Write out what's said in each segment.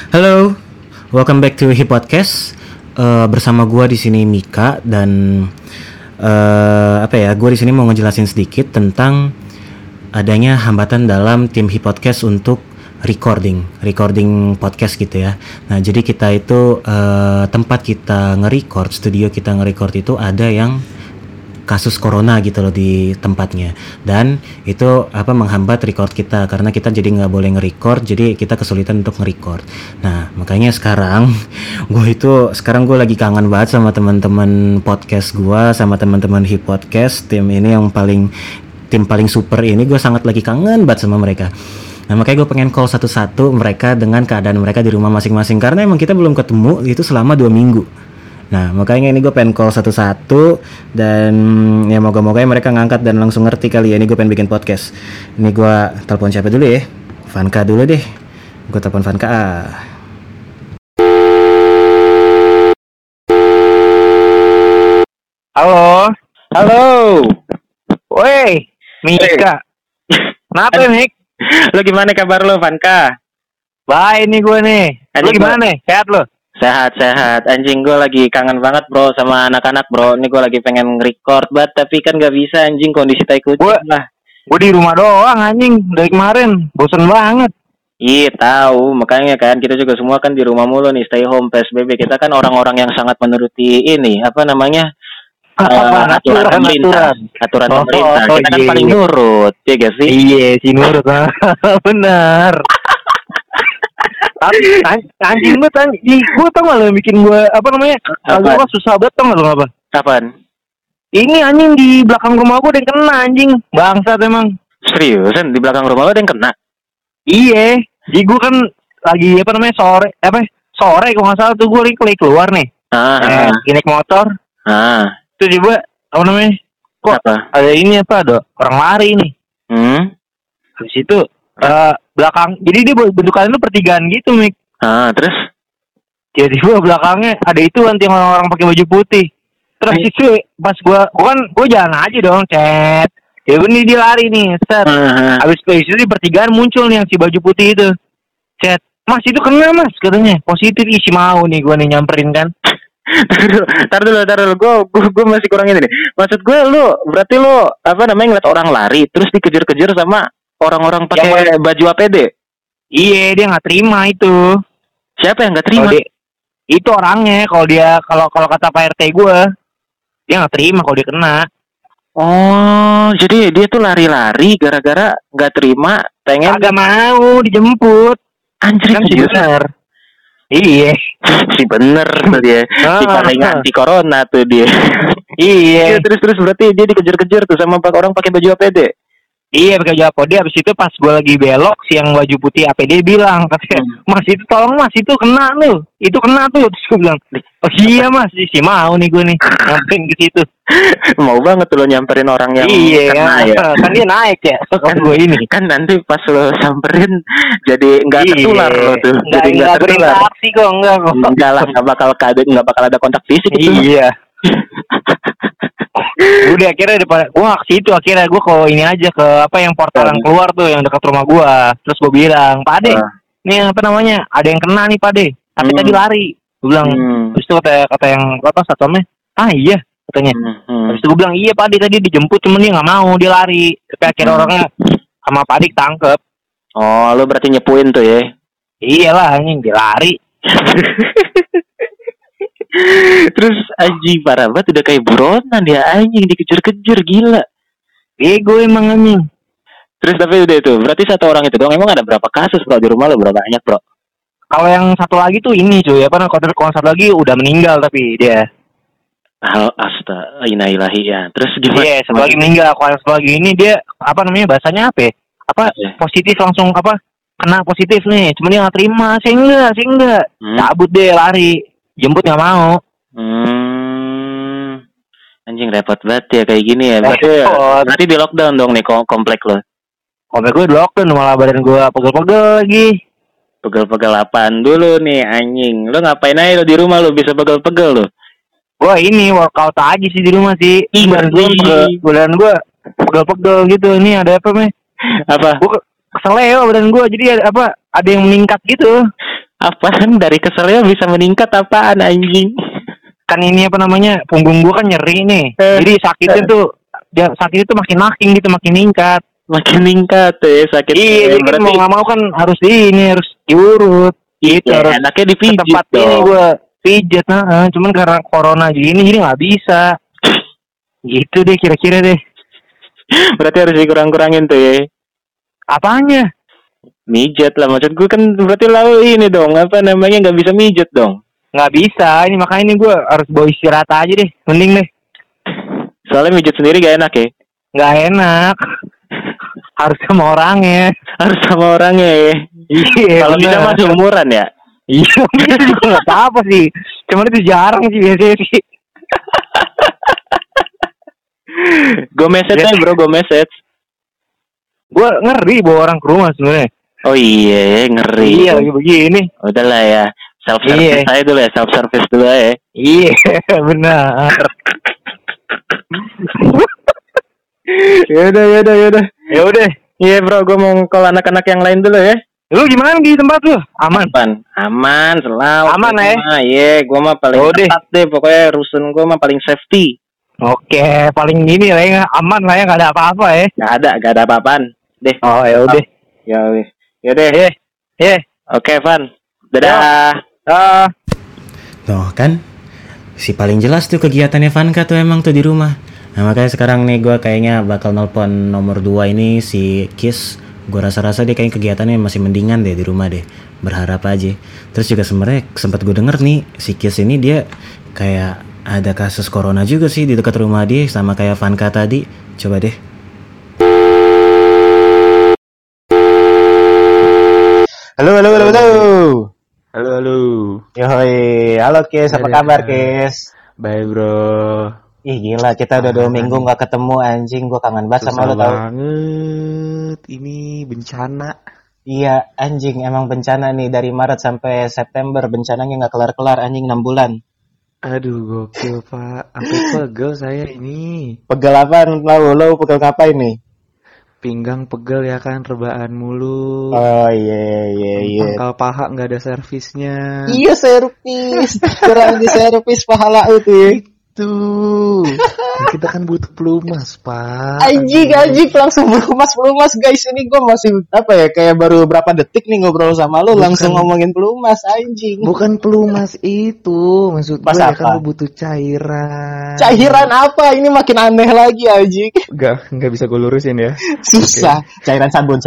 Halo, welcome back to Hip Podcast. Bersama gua di sini Mika dan gua di sini mau ngejelasin sedikit tentang adanya hambatan dalam tim Hip Podcast untuk recording podcast gitu ya. Nah, jadi kita itu tempat kita nge-record, studio kita nge-record itu ada yang kasus corona gitu loh di tempatnya, dan itu menghambat record kita karena kita jadi nggak boleh nge-record, jadi kita kesulitan untuk nge-record. Nah, makanya sekarang gue lagi kangen banget sama teman-teman podcast gue, sama teman-teman Hip Podcast, tim ini yang tim paling super ini, gue sangat lagi kangen banget sama mereka. Nah, makanya gue pengen call satu-satu mereka dengan keadaan mereka di rumah masing-masing, karena emang kita belum ketemu itu selama 2 minggu. Nah, makanya ini gue pengen call satu-satu, dan ya moga-moga mereka ngangkat dan langsung ngerti kali ya ini gue pengen bikin podcast. Ini gue telepon siapa dulu ya? Vanka dulu deh. Gue telepon Vanka. Halo. Halo. Woi, Mika. Kenapa, Mik? Lo gimana kabar lo, Vanka? Baik nih gue nih. Lo gimana? Sehat lo? Sehat. Anjing, gue lagi kangen banget bro sama anak-anak bro. Ini gue lagi pengen record banget, tapi kan gak bisa anjing, kondisi tai kucing lah. Gue di rumah doang anjing dari kemarin. Bosen banget. Iya tahu, makanya kan kita juga semua kan di rumah mulu nih, stay home PSBB. Kita kan orang-orang yang sangat menuruti ini aturan pemerintah. Kita kan paling nurut, ya gak sih? Iya sih nurut. Benar. Tapi anjing gue tau gak lo bikin gue gue susah banget, tau gak lo apa? Apaan? Ini anjing di belakang rumah gue ada yang kena anjing. Bangsat emang. Seriusan di belakang rumah lo ada yang kena? Iya, jadi gue kan lagi sore kalau nggak salah tuh gue lagi keluar nih. Naik motor. Terus juga kok ada ini ada orang lari nih. Habis itu belakang, jadi dia bentukannya itu pertigaan gitu, Mik. Terus tiba-tiba belakangnya ada itu nanti orang pakai baju putih. Terus itu pas gue jalan aja dong, chat. Ya bener dia lari nih, set. Habis itu di pertigaan muncul nih yang si baju putih itu. Chat, "Mas itu kena mas," katanya. Positif, isi mau nih gue nih nyamperin kan. Tar dulu, gue masih kurang ini nih. Maksud gue berarti ngeliat orang lari terus dikejar-kejar sama orang-orang pakai baju APD. Iya, dia nggak terima itu. Siapa yang nggak terima? Itu orangnya. Kalau kata Pak RT gue, dia nggak terima kalau dia kena. Oh, jadi dia tuh lari-lari gara-gara nggak terima, pengen agak mau dijemput. Anjir, kan si bener. Iya, si bener dia. Si paling anti corona tuh dia. Iya. Terus berarti dia dikejar-kejar tuh sama orang pakai baju APD. Iya, pakai baju APD. Abis itu pas gue lagi belok, si yang baju putih APD bilang, katanya, "Mas itu tolong mas, itu kena lu. Itu kena tuh." Terus gue bilang, "Oh iya mas, si mau nih gue nih nyamperin ke situ." Mau banget tuh lo nyamperin orang yang kena ya. Kan dia naik ya. Kan gue ini kan nanti pas lo samperin jadi nggak tertular lo tuh. Jadi nggak tertular. Enggak lah, nggak bakal ada kontak fisik itu. Iya. Udah akhirnya gue ke situ, akhirnya gue ini aja ke yang portal yang keluar tuh yang dekat rumah gue. Terus gue bilang, "Pak Ade, ini ada yang kena nih Pak Ade, tapi tadi lari." Gue bilang, terus itu kata yang satpamnya, "Iya," katanya. Terus itu gue bilang, "Iya Pak Ade tadi dijemput, cuman dia nggak mau, dia lari." Tapi akhirnya orangnya sama Pak Ade tangkep. Oh, lo berarti nyepuin tuh ya? Iyalah, anjing dia lari. Terus anjing parah banget, udah kayak buronan dia anjing, dikejar-kejar gila. Gue emang anjing. Terus tapi udah itu, berarti satu orang itu doang. Emang ada berapa kasus bro di rumah lo, berapa banyak bro? Kalau yang satu lagi tuh ini cuy, kalau satu lagi udah meninggal tapi dia. Astagfirullahi ya. Terus gimana? Iya, satu lagi meninggal. Kalau satu lagi ini dia bahasanya apa ya? Positif langsung kena positif nih. Cuma dia nggak terima, saya enggak. Cabut deh, lari. Jemput nggak mau. Anjing repot banget ya kayak gini ya. Berarti di lockdown dong nih komplek lo. Komplek gue di lockdown, malah badan gue pegel-pegel lagi. Pegel-pegel apaan dulu nih anjing? Lo ngapain aja lo di rumah lo bisa pegel-pegel lo? Gue ini workout aja sih di rumah sih. Badan gue pegel-pegel gitu. Ini ada apa? Gue keseleo badan gue, jadi ada yang meningkat gitu. Apaan dari keselnya bisa meningkat apaan anjing? Kan ini apa namanya, punggung gua kan nyeri nih. Jadi sakitnya tuh makin gitu, makin meningkat. Makin meningkat tuh ya sakit. Iya, jadi kan mau nggak mau kan harus diurut. Gitu Iya, harus enaknya dipijit tempat dong. ini gua pijet, cuman karena corona gini jadi nggak bisa. Gitu deh kira-kira deh. Berarti harus dikurang-kurangin tuh ya. Apanya? Mijet lah, maksud gue kan berarti lau ini dong, apa namanya, nggak bisa mijet dong. Nggak bisa, ini makanya ini gue harus bawa istirahat aja deh, mending deh. Soalnya mijet sendiri gak enak ya. Nggak enak. Harus sama orangnya. Harus sama orangnya ya. Iya. Kalau bisa mah seumuran ya. Iya, itu juga nggak apa sih. Cuman itu jarang sih biasanya sih. Gue message aja bro, gue message. Gue ngeri bawa orang ke rumah sebenarnya. Oh iya, ngeri. Iya lagi begini. Udahlah ya, self service aja dulu ya, self service dulu ya. Iya benar. Yaudah. Iya bro, gue mau call anak-anak yang lain dulu ya. Lu gimana di tempat lu? Aman, selalu. Aman ya? Iya, gue mah paling ketat deh. Pokoknya rusun gue mah paling safety. Oke, paling gini lah ya, aman lah ya, nggak ada apa-apa ya. Nggak ada apa-apaan. Deh. Oh ya udah. Ya deh. Iya. Oke, Van. Dadah. Tuh kan, si paling jelas tuh kegiatannya Vanka tuh emang tuh di rumah. Nah makanya sekarang nih gue kayaknya bakal nelpon nomor 2 ini si Kiss. Gue rasa-rasa dia kayaknya kegiatannya masih mendingan deh di rumah deh. Berharap aja. Terus juga sebenarnya sempat gue denger nih si Kiss ini dia kayak ada kasus corona juga sih di dekat rumah dia sama kayak Vanka tadi. Coba deh. Halo. Yoi, halo Kiss, apa kabar Kiss? Baik bro. Ih gila, kita udah 2 minggu gak ketemu anjing, gue kangen banget sama lo tau. Banget, ini bencana. Iya anjing, emang bencana nih dari Maret sampai September bencananya gak kelar-kelar anjing 6 bulan. Aduh gokil pak, sampai pegel saya ini. Pegel apaan lo pegel ngapain nih? Pinggang pegel ya kan, rebaan mulu. Oh iya. Pangkal paha nggak ada servisnya. Iya servis, kurang di servis pahala itu ya. Tuh, kita kan butuh pelumas pak. Anjing langsung pelumas guys. Ini gue masih kayak baru berapa detik nih ngobrol sama lo langsung ngomongin pelumas anjing. Bukan pelumas itu, maksud gue ya kan lo butuh cairan. Cairan apa? Ini makin aneh lagi anjing. Nggak bisa gue lurusin ya. Susah. Okay. Cairan sabun.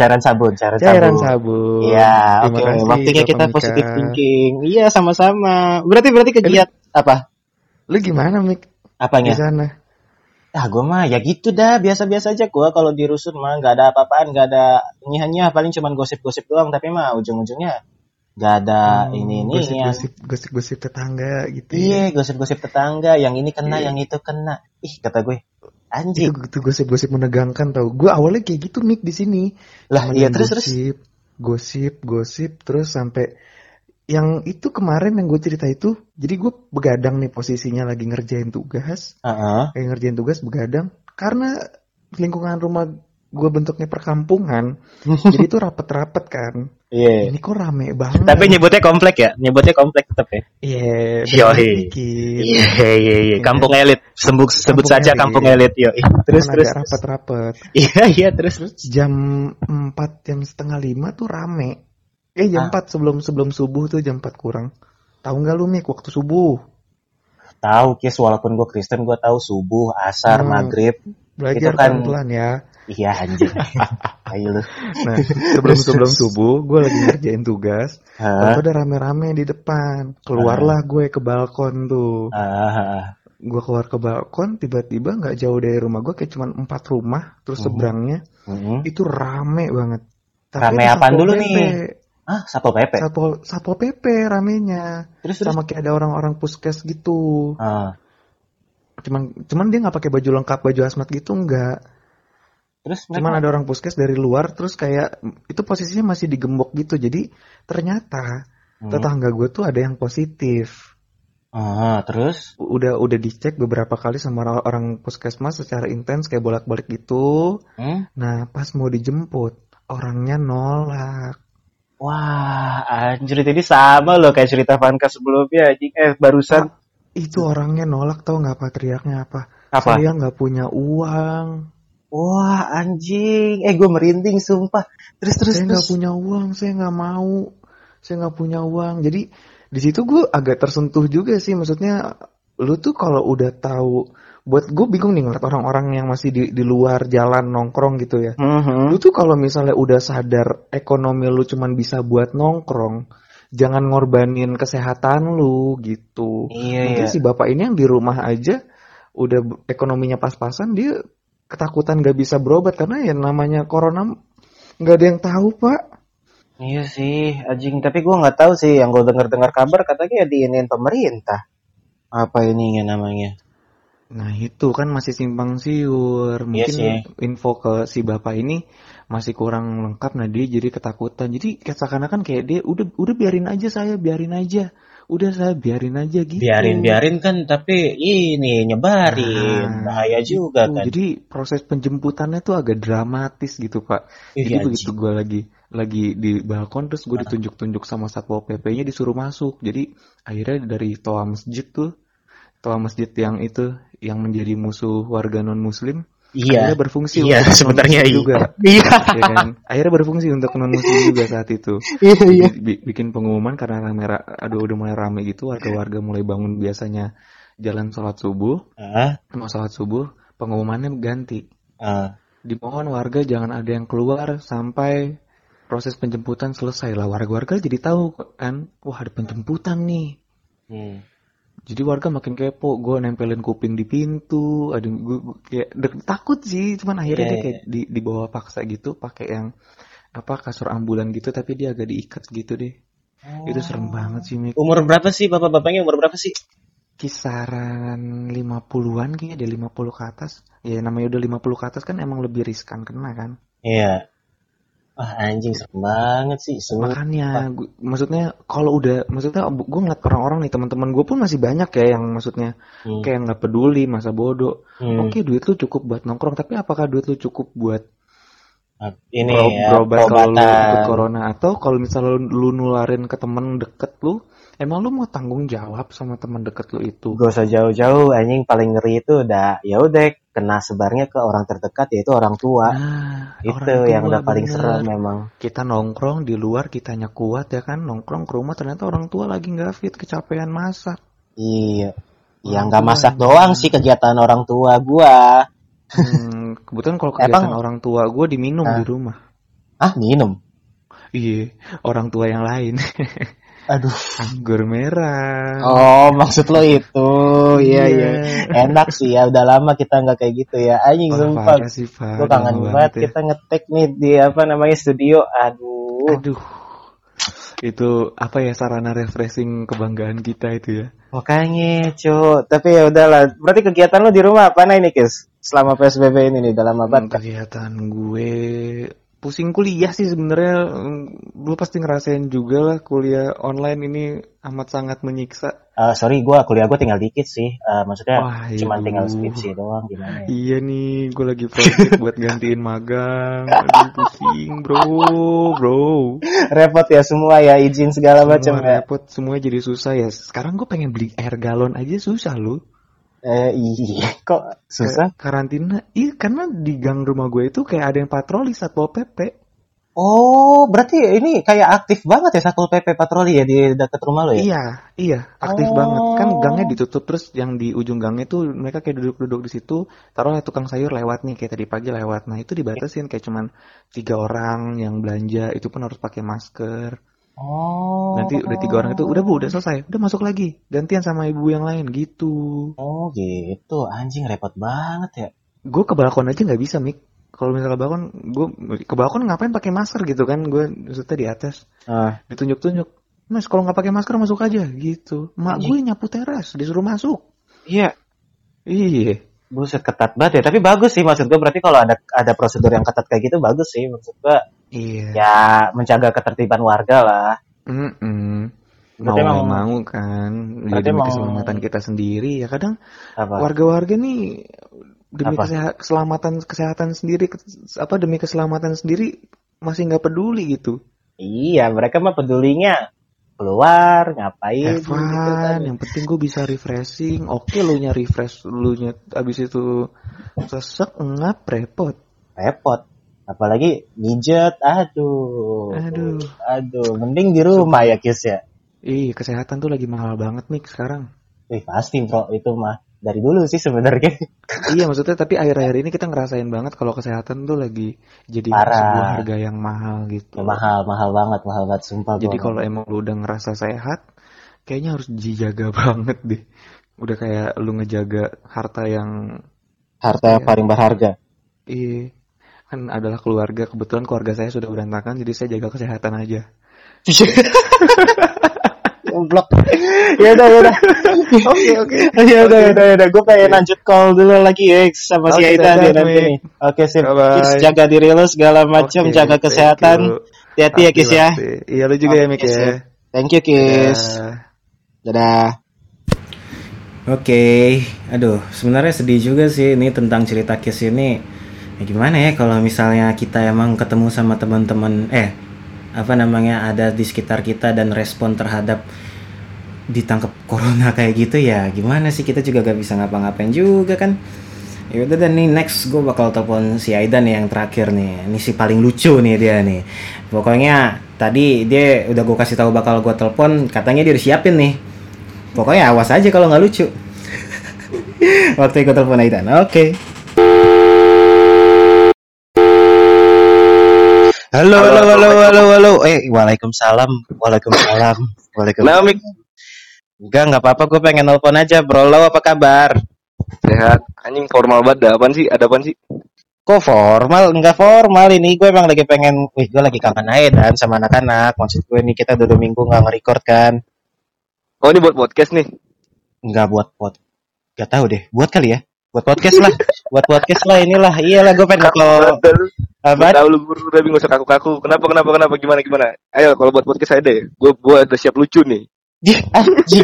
Iya, oke. Waktunya kita positive thinking. Iya, sama-sama. Berarti kegiatan apa? Lu gimana Mik? Apanya? Di sana? Gue mah ya gitu dah, biasa-biasa aja gue kalau di rusun mah nggak ada apa-apaan, nggak ada nyihannya, paling cuma gosip-gosip doang, tapi mah ujung-ujungnya nggak ada gosip-gosip tetangga gitu. Iya, gosip-gosip tetangga, yang ini kena, yang itu kena. Ih, kata gue, anjing. Itu gosip-gosip menegangkan tau. Gue awalnya kayak gitu Mik di sini. Lah, iya terus. Gosip terus sampai yang itu kemarin yang gue cerita itu, jadi gue begadang nih posisinya lagi ngerjain tugas. Kayak ngerjain tugas begadang. Karena lingkungan rumah gue bentuknya perkampungan, jadi itu rapet-rapet kan. Iya. Ini kok rame banget. Tapi nyebutnya komplek ya? Nyebutnya komplek tetap ya? Iya. Iya. Kampung elit. Sebut saja kampung elit. Terus. Rapet-rapet. Iya, terus. Jam 4, jam setengah 5 tuh rame. Jam 4 sebelum subuh tuh jam 4 kurang. Tahu nggak lu Mik waktu subuh? Tahu Kis, walaupun gue Kristen gue tahu subuh, asar, maghrib. Belajar kan pelan ya. Iya anjing. Ayo lu. Nah sebelum subuh gue lagi ngerjain tugas. Lalu ada rame-rame di depan. Keluarlah gue ke balkon tuh. Gue keluar ke balkon, tiba-tiba nggak jauh dari rumah gue, kayak cuma 4 rumah. Terus seberangnya itu rame banget. Tapi rame apaan dulu nih? Satpol PP. Satpol PP ramenya. Terus sama kayak ada orang-orang puskes gitu. Cuman dia nggak pakai baju lengkap, baju hazmat gitu enggak. Terus cuman ada orang puskes dari luar, terus kayak itu posisinya masih digembok gitu. Jadi ternyata tetangga gue tuh ada yang positif. Terus udah dicek beberapa kali sama orang puskesmas secara intens kayak bolak-balik gitu. Nah pas mau dijemput orangnya nolak. Wah, anjir ini sama loh kayak cerita Vanka sebelumnya anjing. Barusan. Itu orangnya nolak, tau nggak apa teriaknya apa? Apa? Saya nggak punya uang. Wah, anjing. Gue merinding sumpah. Terus. Saya nggak punya uang, saya nggak mau. Saya nggak punya uang. Jadi di situ gue agak tersentuh juga sih. Maksudnya lu tuh kalau udah tahu, buat gue bingung nih ngeliat orang-orang yang masih di luar jalan nongkrong gitu ya. Lu tuh kalau misalnya udah sadar ekonomi lu cuman bisa buat nongkrong, jangan ngorbanin kesehatan lu gitu. Mungkin si bapak ini yang di rumah aja udah ekonominya pas-pasan, dia ketakutan gak bisa berobat karena ya namanya corona nggak ada yang tahu, Pak. Iya sih, anjing. Tapi gue nggak tahu sih. Yang gue dengar kabar katanya diinin pemerintah. Apa ininya namanya? Nah itu kan masih simpang siur. Mungkin info ke si bapak ini masih kurang lengkap. Nah dia jadi ketakutan. Jadi seakan-akan kayak dia udah biarin aja saya, biarin aja. Udah saya biarin aja gitu. Biarin kan, tapi ini nyebarin, bahaya juga kan. Jadi proses penjemputannya tuh agak dramatis gitu Pak. Jadi begitu gue lagi di balkon terus gue ditunjuk-tunjuk sama satpol pp-nya disuruh masuk. Jadi akhirnya dari toa masjid yang itu yang menjadi musuh warga non muslim. Akhirnya berfungsi untuk sebenarnya juga. Iya kan? Akhirnya berfungsi untuk non muslim juga saat itu. Iya. Bikin pengumuman karena udah mulai rame gitu, warga-warga mulai bangun biasanya jalan sholat subuh. Mau sholat subuh, pengumumannya ganti. Dimohon warga jangan ada yang keluar sampai proses penjemputan selesai lah. Warga-warga jadi tahu kan, wah ada penjemputan nih. Jadi warga makin kepo, gue nempelin kuping di pintu, ada gue kayak takut sih, cuman akhirnya dia kayak dibawa paksa gitu, pakai yang kasur ambulan gitu, tapi dia agak diikat gitu deh. Itu serem banget sih, Mik. Umur berapa sih bapak-bapaknya? Umur berapa sih? Kisaran 50-an kayaknya, dia 50 ke atas. Ya namanya udah 50 ke atas kan emang lebih riskan kena kan. Iya. Wah anjing serem banget sih. Makanya maksudnya gue ngeliat orang-orang nih, teman-teman gue pun masih banyak ya yang maksudnya kayak nggak peduli, masa bodoh. Oke, duit lu cukup buat nongkrong, tapi apakah duit lu cukup buat ini berobat kalau lu ikut corona? Atau kalau misalnya lu nularin ke temen deket lu, emang lu mau tanggung jawab sama teman deket lu itu? Gak usah jauh-jauh, anjing paling ngeri itu udah kena sebarnya ke orang terdekat, yaitu orang tua. Itu yang udah paling serem memang. Kita nongkrong di luar, kitanya kuat ya kan, nongkrong ke rumah ternyata orang tua lagi nggak fit, kecapean masak. Iya, yang nggak masak doang sih kegiatan orang tua gua. Kebetulan kalau kegiatan orang tua gua diminum di rumah. Minum? Iya, orang tua yang lain. Aduh, anggur merah. Oh, maksud lo itu. Iya. Enak sih ya, udah lama kita nggak kayak gitu ya. Anjing sumpah. Gue kangen banget kita ngetek nih di studio. Aduh. Itu sarana refreshing kebanggaan kita itu ya. Makanya, Cuk. Tapi ya udahlah. Berarti kegiatan lo di rumah apa nih, Kis? Selama PSBB ini nih, udah lama banget. Kegiatan gue pusing kuliah sih sebenarnya. Lu pasti ngerasain juga lah, kuliah online ini amat sangat menyiksa. Sorry, kuliah gue tinggal dikit sih. Maksudnya cuma tinggal skripsi doang gimana ya? Iya nih, gue lagi project buat gantiin magang. Aduh pusing bro. Repot ya semua ya, izin segala macam ya. Repot, semuanya jadi susah ya. Sekarang gue pengen beli air galon aja susah lu. Iya, kok susah? Karantina, karena di gang rumah gue itu kayak ada yang patroli Satpol PP. Oh, berarti ini kayak aktif banget ya Satpol PP patroli ya di dekat rumah lo ya? Iya, aktif banget. Kan gangnya ditutup, terus yang di ujung gangnya tuh mereka kayak duduk-duduk di situ. Taruhlah tukang sayur lewat nih, kayak tadi pagi lewat. Nah itu dibatasin kayak cuman 3 orang yang belanja, itu pun harus pakai masker. Nanti udah 3 orang itu udah selesai, udah masuk lagi, gantian sama ibu yang lain gitu. Oh gitu, anjing repot banget ya. Gue ke balkon aja nggak bisa, Mik. Kalau misalnya balkon, gue ke balkon ngapain pakai masker gitu kan? Gue maksudnya di atas, ditunjuk-tunjuk, Mas kalau nggak pakai masker masuk aja gitu. Mak gue nyapu teras, disuruh masuk. Iya. Buset, ketat banget ya. Tapi bagus sih maksud gue, berarti kalau ada prosedur yang ketat kayak gitu bagus sih maksud gue. Iya. Ya menjaga ketertiban warga lah. Mau kan, jadi demi keselamatan kita sendiri ya. Kadang warga-warga nih demi kesehatan sendiri, demi keselamatan sendiri masih nggak peduli gitu. Iya, mereka mah pedulinya keluar ngapain have fun, gitu kan. Yang penting gue bisa refreshing. Oke, lu nya refresh, lu nya abis itu sesek ngap repot. Apalagi midget, aduh, mending di rumah ya Kis ya. Iya, kesehatan tuh lagi mahal banget nih sekarang. Pasti bro, itu mah dari dulu sih sebenarnya. Iya, maksudnya tapi akhir-akhir ini kita ngerasain banget kalau kesehatan tuh lagi jadi sebuah harga yang mahal gitu. Ya, mahal banget sumpah. Jadi kalau emang lu udah ngerasa sehat, kayaknya harus dijaga banget deh. Udah kayak lu ngejaga harta yang paling berharga. Iya, kan adalah keluarga. Kebetulan keluarga saya sudah berantakan, jadi saya jaga kesehatan aja. Blok. Ya udah. Oke. Ya udah. Gue pengen lanjut call dulu lagi ya sama si Aidan nanti nih. Oke, sip. Kis, jaga diri lo segala macam, jaga kesehatan. Hati-hati ya Kis ya. Iya, lu juga ya Mik ya. Thank you Kis. Dadah. Oke. Aduh, sebenarnya sedih juga sih ini tentang cerita Kis ini. Ya gimana ya kalau misalnya kita emang ketemu sama teman-teman ada di sekitar kita dan respon terhadap ditangkap corona kayak gitu, ya gimana sih, kita juga gak bisa ngapa-ngapain juga kan. Ya udah, dan nih next gue bakal telepon si Aidan nih yang terakhir nih. Ini si paling lucu nih dia nih. Pokoknya tadi dia udah gue kasih tahu bakal gue telepon, katanya dia udah siapin nih. Pokoknya awas aja kalau nggak lucu. Waktu gue telepon Aidan. Oke. Halo. Waalaikumsalam. Namik. Enggak apa-apa, gue pengen nelpon aja, bro. Lo apa kabar? Sehat. Anjing formal banget. Ada apaan sih? Kok formal? Enggak formal ini. Gue emang lagi pengen, gue lagi kangen aja dan sama anak-anak. Maksud gue nih, kita udah 2 minggu nggak nge-record kan. Oh, ini buat podcast nih? Enggak Gak tahu deh. Buat kali ya? Buat podcast lah inilah. Iyalah, gue pengen kalau apa? Tahu lu buru tapi enggak usah kaku-kaku. Kenapa gimana? Ayo kalau buat podcast saya deh. Gue udah siap lucu nih. Anjing.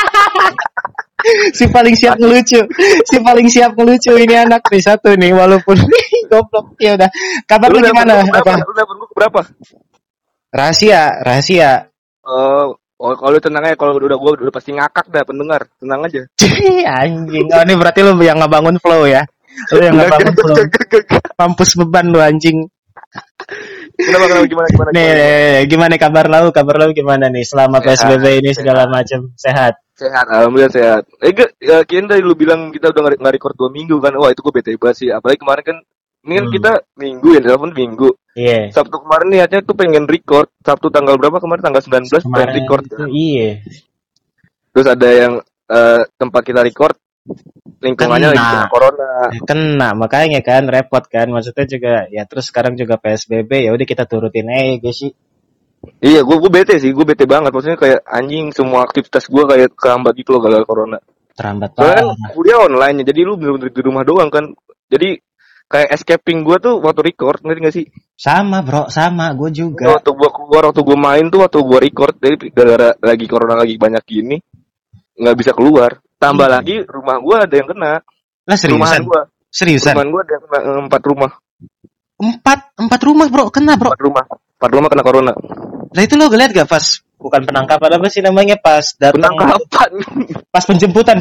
si paling siap ngelucu ini anak nih satu nih, walaupun goblok. Ya udah. Kabar lu gimana? Lu dapet buku berapa? Rahasia. Oh, kalau tenang aja, kalau udah pasti ngakak dah pendengar, tenang aja. Anjing, ini berarti lu yang ngebangun flow ya? Lu yang ngebangun flow. Mampus beban lu anjing. Kenapa gimana? Nih, gimana kabar lu gimana nih selama PSBB ini segala macam? Sehat, alhamdulillah sehat. Kirain dari lu bilang kita udah nggak record 2 minggu kan? Wah, itu gue bete banget sih. Apalagi kemarin kan, ini kan kita minggu ya, telepon minggu. Iya. Sabtu kemarin niatnya tuh pengen record. Sabtu tanggal berapa kemarin? Tanggal 19 pengen record. Iya. Terus ada yang tempat kita record lingkungannya lagi corona. Kena, makanya kan repot kan. Maksudnya juga ya, terus sekarang juga PSBB, ya udah kita turutin aja guys sih. Iya, gue bete sih, gue bete banget. Maksudnya kayak anjing, semua aktivitas gue kayak kehambat gitu loh gara-gara corona. Terhambat banget. Kan kuliah online, jadi lu bener-bener di rumah doang kan. Jadi kayak escaping gue tuh waktu record, ngerti gak sih? Sama bro, gue juga. Waktu gue keluar, waktu gue main tuh, waktu gue record, jadi gara-gara lagi corona lagi banyak gini, nggak bisa keluar. Tambah lagi rumah gue ada yang kena. Lah seriusan? Rumahan gue ada yang kena 4 rumah. 4 rumah bro, kena bro. 4 rumah kena corona. Lah itu lo ngeliat gak pas, bukan penangkapan apa sih namanya, pas datang? Penangkapan. Pas penjemputan.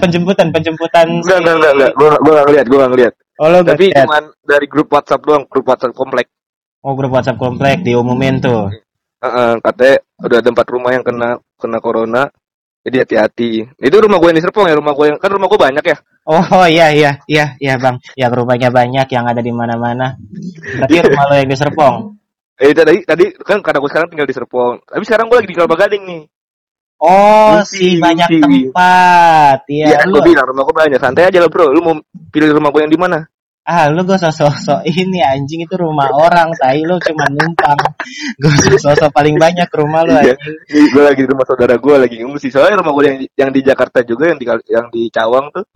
Enggak. Gue gak ngeliat. Oh, tapi cuma dari grup WhatsApp doang, grup WhatsApp komplek. Oh, grup WhatsApp komplek diumumin tuh. Katanya udah ada 4 rumah yang kena corona. Jadi hati-hati. Itu rumah gue yang di Serpong ya, rumah gue banyak ya. Oh iya bang. Yang rumahnya banyak, yang ada di mana-mana. Berarti rumah lo yang di Serpong. Tadi kan karena gue sekarang tinggal di Serpong. Tapi sekarang gue lagi di Kelapa Gading nih. Oh, banyak tempat. Iya, gue bilang rumah gue banyak. Santai aja lah bro. Lu mau pilih rumah gue yang di mana? Lu gak sosok ini anjing, itu rumah orang, tai lu cuma numpang. Gue sosok paling banyak rumah lu anjing. Gue lagi di rumah saudara gue lagi ngungsi. Soalnya rumah gue yang di Jakarta juga, yang di Cawang tuh.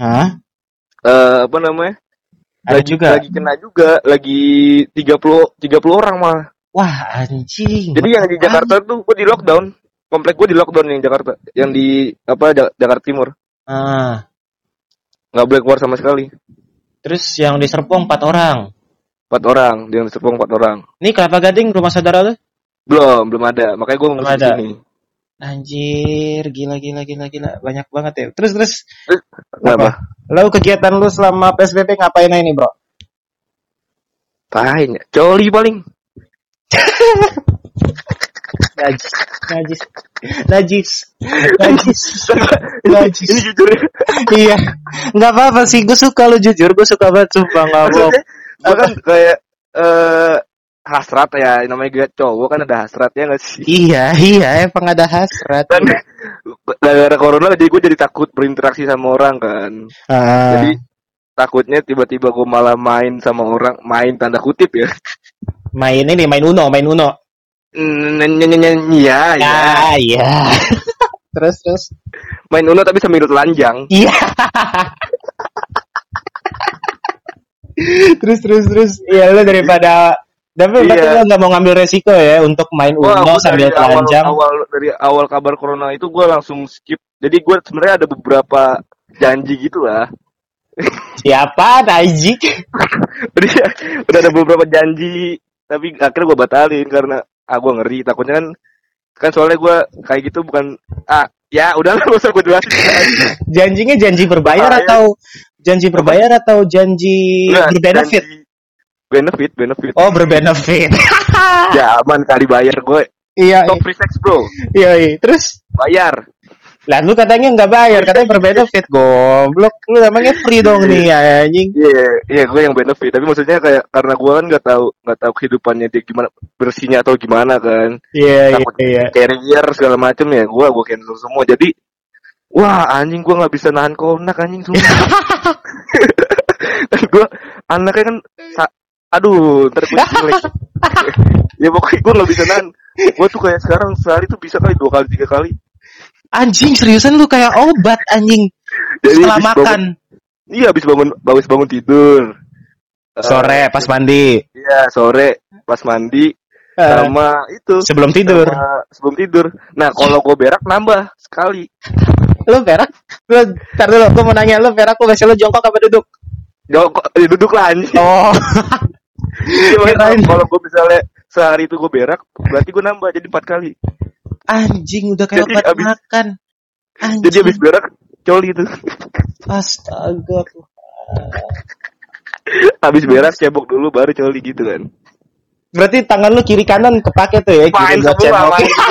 Apa namanya? Lagi kena juga, lagi 30 orang malah. Wah, anjing. Jadi yang di Jakarta tuh gue di lockdown. Komplek gue di lockdown yang Jakarta, yang di Jakarta Timur. Nggak boleh keluar sama sekali. Terus yang di Serpong 4 orang. 4 orang, yang di Serpong 4 orang. Ini Kelapa Gading rumah saudara lu? Belum ada. Makanya gue ngomong di sini. Anjir, gila. Banyak banget ya. Terus. Apa? Lalu kegiatan lu selama PSBB ngapain aja nih, Bro? Paling coli paling. Najis. Ini jujur ya. Iya. Enggak apa-apa sih, gue suka lu jujur, gue suka banget sumpah enggak bohong. Gue kan kayak hasrat ya, namanya gue cowok kan ada hasratnya nggak sih? Iya, emang ada hasrat. Dan gara-gara corona jadi gue jadi takut berinteraksi sama orang kan. Jadi takutnya tiba-tiba gue malah main sama orang, main tanda kutip ya. Main Uno. Iya. Terus. Main Uno tapi sambil telanjang. Iya. Terus. Iya, lu daripada tapi berarti lo nggak mau ngambil resiko ya untuk main Uno sambil telanjang. Dari awal kabar corona itu gue langsung skip. Jadi gue sebenarnya ada beberapa janji gitu lah. Siapa Najik? udah ada beberapa janji, tapi akhirnya gue batalin karena gue ngeri. Takutnya kan soalnya gue kayak gitu bukan ya udah nggak usah gue jelasin. Janjinya janji berbayar atau janji berbenefit? Benefit. Oh, berbenefit. Ya aman kali bayar gue. Iya. Top free sex bro. Iya. Terus bayar. Lah lu katanya nggak bayar, katanya berbenefit. Goblok, lu namanya free dong nih anjing. Iya, gue yang benefit. Tapi maksudnya kayak karena gue kan nggak tahu kehidupannya dia gimana, bersihnya atau gimana kan. Iya. Carrier segala macem ya, gue cancel semua. Jadi wah anjing gue nggak bisa nahan konak anjing semua. Gue anaknya kan aduh ntar gue jelek. Ya pokoknya gue nggak bisa nahan. Gue tuh kayak sekarang sehari tuh bisa kali 2 kali 3 kali. Anjing seriusan lu kayak obat anjing. Jadi setelah makan. Iya habis bangun tidur. Sore pas mandi. Iya sore pas mandi. Sama itu. Sebelum tidur. Nah kalau gue berak nambah sekali. Lu berak? Ntar dulu gue mau nanya lu berak lu biasanya lu jongkok apa duduk? Duduk lah anjing. Oh. Kalau gue misalnya sehari itu gue berak, berarti gue nambah jadi 4 kali. Anjing udah kayak obat makan. Anjing. Jadi habis berak coli itu. Astaga. Habis berak cebok dulu baru coli gitu kan. Berarti tangan lu kiri kanan kepake tuh ya, kiri buat cebok.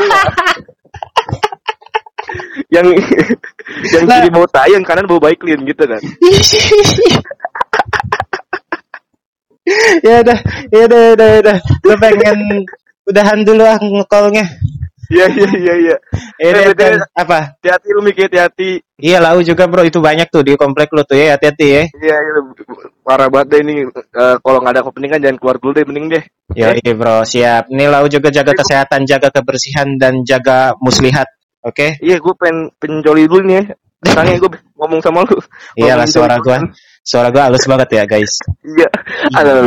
yang kiri bau tai, yang kanan bau Baiklin gitu kan. Ya udah. Lu pengen udahan dulu nge-call-nya. Iya. Apa? Hati-hati lu Miki, hati-hati. Iya, lau juga bro, itu banyak tuh di komplek lu tuh ya, hati-hati ya. Iya, parah banget deh ini. Kalau nggak ada kepentingan jangan keluar dulu deh, mending deh. Iya bro, siap. Nih lau juga jaga kesehatan, jaga kebersihan dan jaga muslihat. Oke? Iya, gue pengen joli dulu nih ya. Tanya gue ngomong sama lu. Iya lah suara gue halus banget ya guys. Iya. Halo.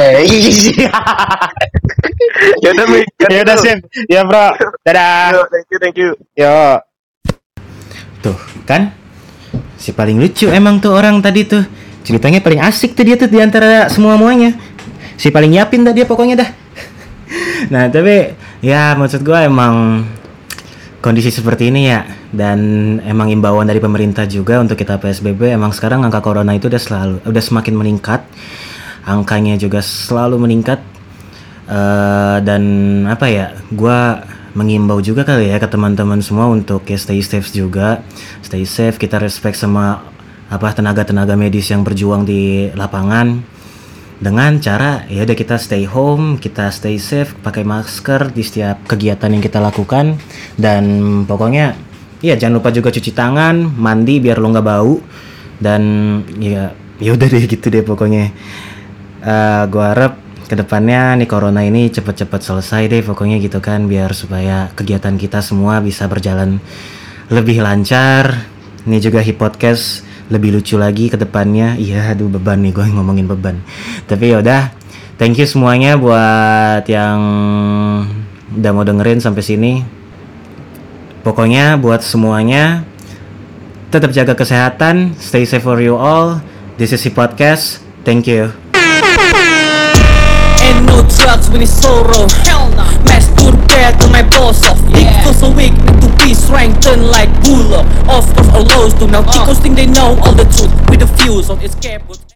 Yaudah Mik. Yaudah sip. Ya bro. Dadah. Thank you. Yo. Tuh kan, si paling lucu emang tuh orang tadi tuh. Ceritanya paling asik tuh dia tuh diantara semuanya. Si paling nyiapin dah dia pokoknya dah. Nah tapi ya maksud gue emang kondisi seperti ini ya, dan emang imbauan dari pemerintah juga untuk kita PSBB. Emang sekarang angka corona itu udah semakin meningkat, angkanya juga selalu meningkat. Dan apa ya, gue mengimbau juga kali ya ke teman-teman semua untuk ya stay safe juga, stay safe. Kita respect sama tenaga medis yang berjuang di lapangan. Dengan cara ya udah kita stay home, kita stay safe, pakai masker di setiap kegiatan yang kita lakukan, dan pokoknya ya jangan lupa juga cuci tangan, mandi biar lo nggak bau, dan ya udah deh gitu deh pokoknya. Gua harap kedepannya nih corona ini cepet-cepet selesai deh pokoknya gitu kan, biar supaya kegiatan kita semua bisa berjalan lebih lancar. Ini juga Hip Podcast lebih lucu lagi ke depannya. Iya, aduh beban nih gue ngomongin beban. Tapi yaudah, thank you semuanya buat yang udah mau dengerin sampai sini. Pokoknya buat semuanya tetap jaga kesehatan, stay safe for you all. This is the podcast. Thank you. And no drugs when it's sorrow. Hell no. Masturbate. scared to my balls off. Big feel so weak, need to be strengthened like bull. Of course all lows do now chicos think they know all the truth with the views on escape.